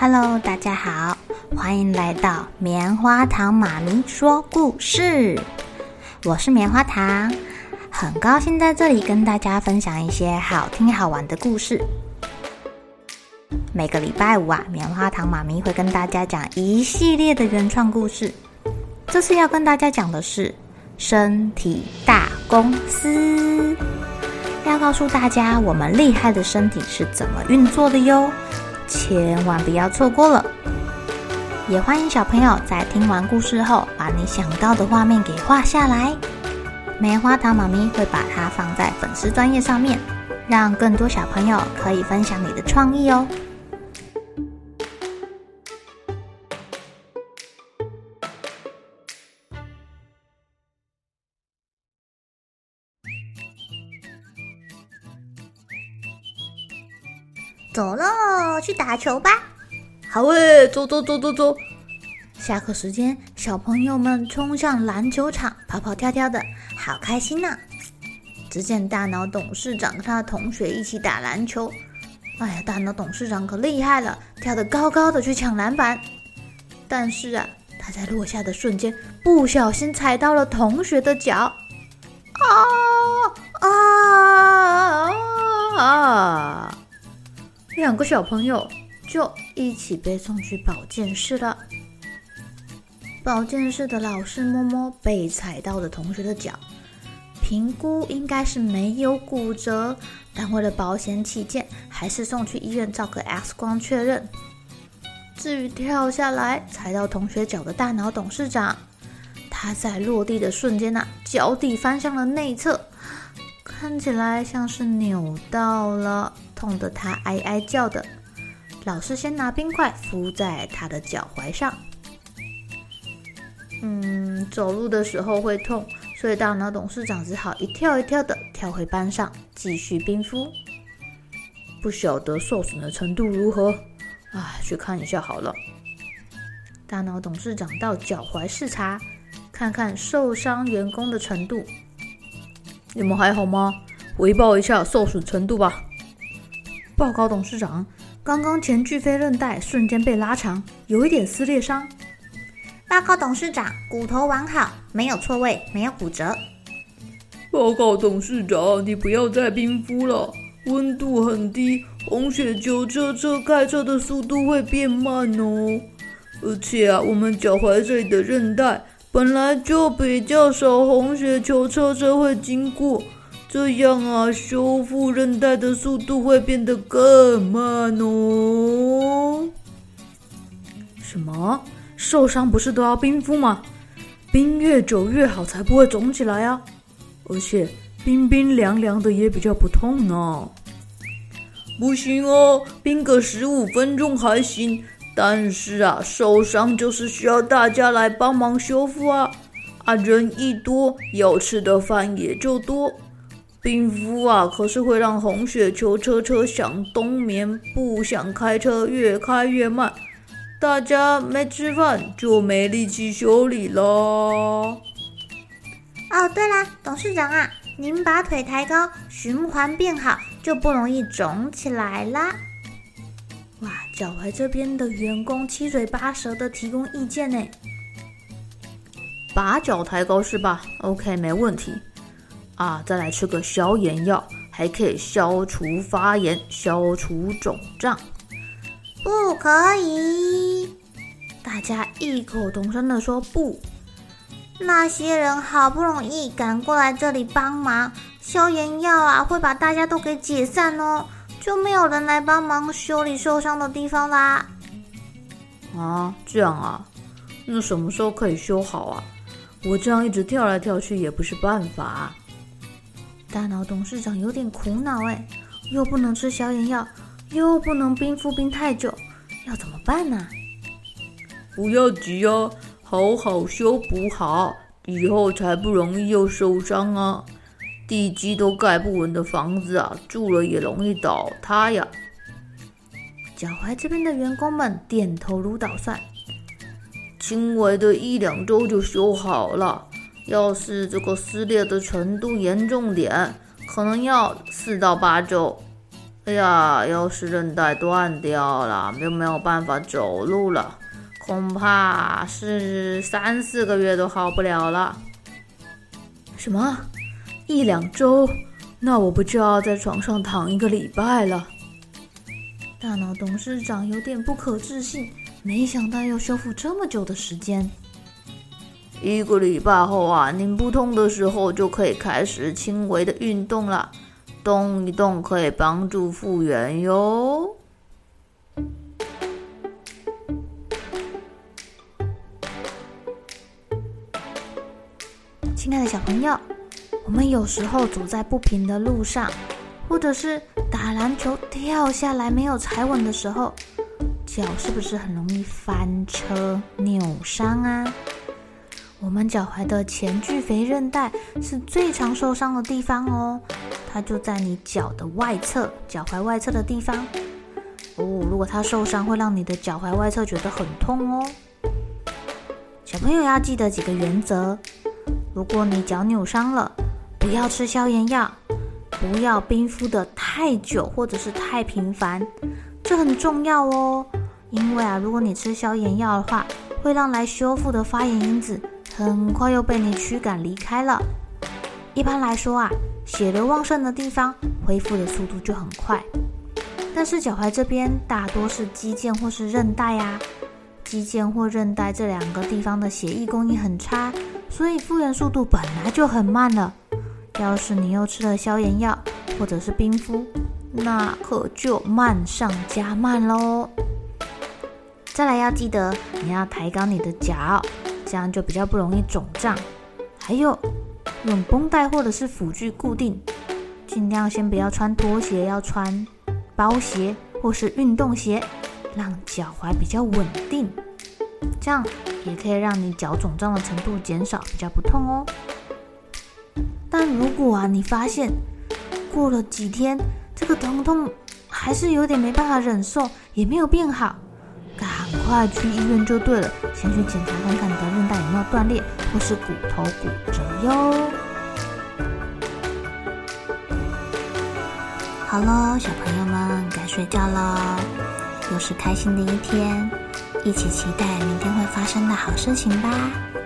Hello， 大家好，欢迎来到棉花糖妈咪说故事。我是棉花糖，很高兴在这里跟大家分享一些好听好玩的故事。每个礼拜五棉花糖妈咪会跟大家讲一系列的原创故事。这次要跟大家讲的是身体大公司，要告诉大家我们厉害的身体是怎么运作的哟，千万不要错过了。也欢迎小朋友在听完故事后，把你想到的画面给画下来。棉花糖妈咪会把它放在粉丝专页上面，让更多小朋友可以分享你的创意哦。走喽，去打球吧！ 好耶，走！ 下课时间，小朋友们冲向篮球场，跑跑跳跳的，好开心啊！只见大脑董事长跟他的同学一起打篮球。哎呀，大脑董事长可厉害了，跳得高高的去抢篮板。但是他在落下的瞬间，不小心踩到了同学的脚。两个小朋友就一起被送去保健室了。保健室的老师摸摸被踩到的同学的脚，评估应该是没有骨折，但为了保险起见，还是送去医院照个 X 光确认。至于跳下来踩到同学脚的大脑董事长，他在落地的瞬间脚底翻向了内侧，看起来像是扭到了，痛得他哀哀叫的。老师先拿冰块敷在他的脚踝上。走路的时候会痛，所以大脑董事长只好一跳一跳的跳回班上，继续冰敷。不晓得受损的程度如何，去看一下好了。大脑董事长到脚踝视察，看看受伤员工的程度。 你们还好吗？回报一下受损程度吧。 报告董事长，刚刚前巨腓韧带瞬间被拉长，有一点撕裂伤。报告董事长，骨头完好，没有错位，没有骨折。 报告董事长，你不要再冰敷了，温度很低，红血球开车的速度会变慢哦。而且我们脚踝这里的韧带本来就比较少红血球车会经过，这样修复韧带的速度会变得更慢哦。 什么？受伤不是都要冰敷吗？冰越久越好，才不会肿起来啊！而且冰冰凉凉的也比较不痛呢。 不行哦，冰个15分钟还行，但是受伤就是需要大家来帮忙修复人一多，要吃的饭也就多。冰敷可是会让红血球车想冬眠，不想开车，越开越慢。大家没吃饭就没力气修理了。 对啦，董事长您把腿抬高，循环变好，就不容易肿起来啦。脚踝这边的员工七嘴八舌的提供意见呢。 把脚抬高是吧？ OK， 没问题。再来吃个消炎药，还可以消除发炎，消除肿胀。 不可以！大家异口同声地说不。那些人好不容易赶过来这里帮忙，消炎药会把大家都给解散哦，就没有人来帮忙修理受伤的地方啦。 这样那什么时候可以修好我这样一直跳来跳去也不是办法大脑董事长有点苦恼又不能吃消炎药，又不能冰敷冰太久，要怎么办呢？ 不要急好好修补好，以后才不容易又受伤地基都盖不稳的房子住了也容易倒塌呀。 脚踝这边的员工们点头如捣蒜， 轻微的1-2周就修好了，要是这个撕裂的程度严重点，可能要4到8周。 哎呀，要是韧带断掉了，就没有办法走路了，恐怕是3-4个月都好不了了。 什么？1-2周？那我不就要在床上躺1个礼拜了？大脑董事长有点不可置信，没想到要修复这么久的时间。 1个礼拜后啊，您不痛的时候就可以开始轻微的运动了，动一动可以帮助复原哟。 亲爱的小朋友，我们有时候走在不平的路上，或者是打篮球跳下来没有踩稳的时候，脚是不是很容易翻车扭伤啊？我们脚踝的前距腓韧带是最常受伤的地方哦，它就在你脚的外侧，脚踝外侧的地方哦。如果它受伤，会让你的脚踝外侧觉得很痛哦。小朋友要记得几个原则：如果你脚扭伤了，不要吃消炎药，不要冰敷的太久或者是太频繁，这很重要哦。因为如果你吃消炎药的话，会让来修复的发炎因子很快又被你驱赶离开了。一般来说血流旺盛的地方恢复的速度就很快，但是脚踝这边大多是肌腱或是韧带肌腱或韧带这2个地方的血液供应很差，所以复原速度本来就很慢了。要是你又吃了消炎药或者是冰敷，那可就慢上加慢咯。再来要记得你要抬高你的脚，这样就比较不容易肿胀。还有用绷带或者是辅具固定，尽量先不要穿拖鞋，要穿包鞋或是运动鞋，让脚踝比较稳定，这样也可以让你脚肿胀的程度减少，比较不痛哦。但如果你发现过了几天这个疼痛还是有点没办法忍受，也没有变好，赶快去医院就对了，先去检查看看你的韧带有没有断裂或是骨头骨折哟。好咯，小朋友们该睡觉咯，又是开心的一天，一起期待明天会发生的好事情吧。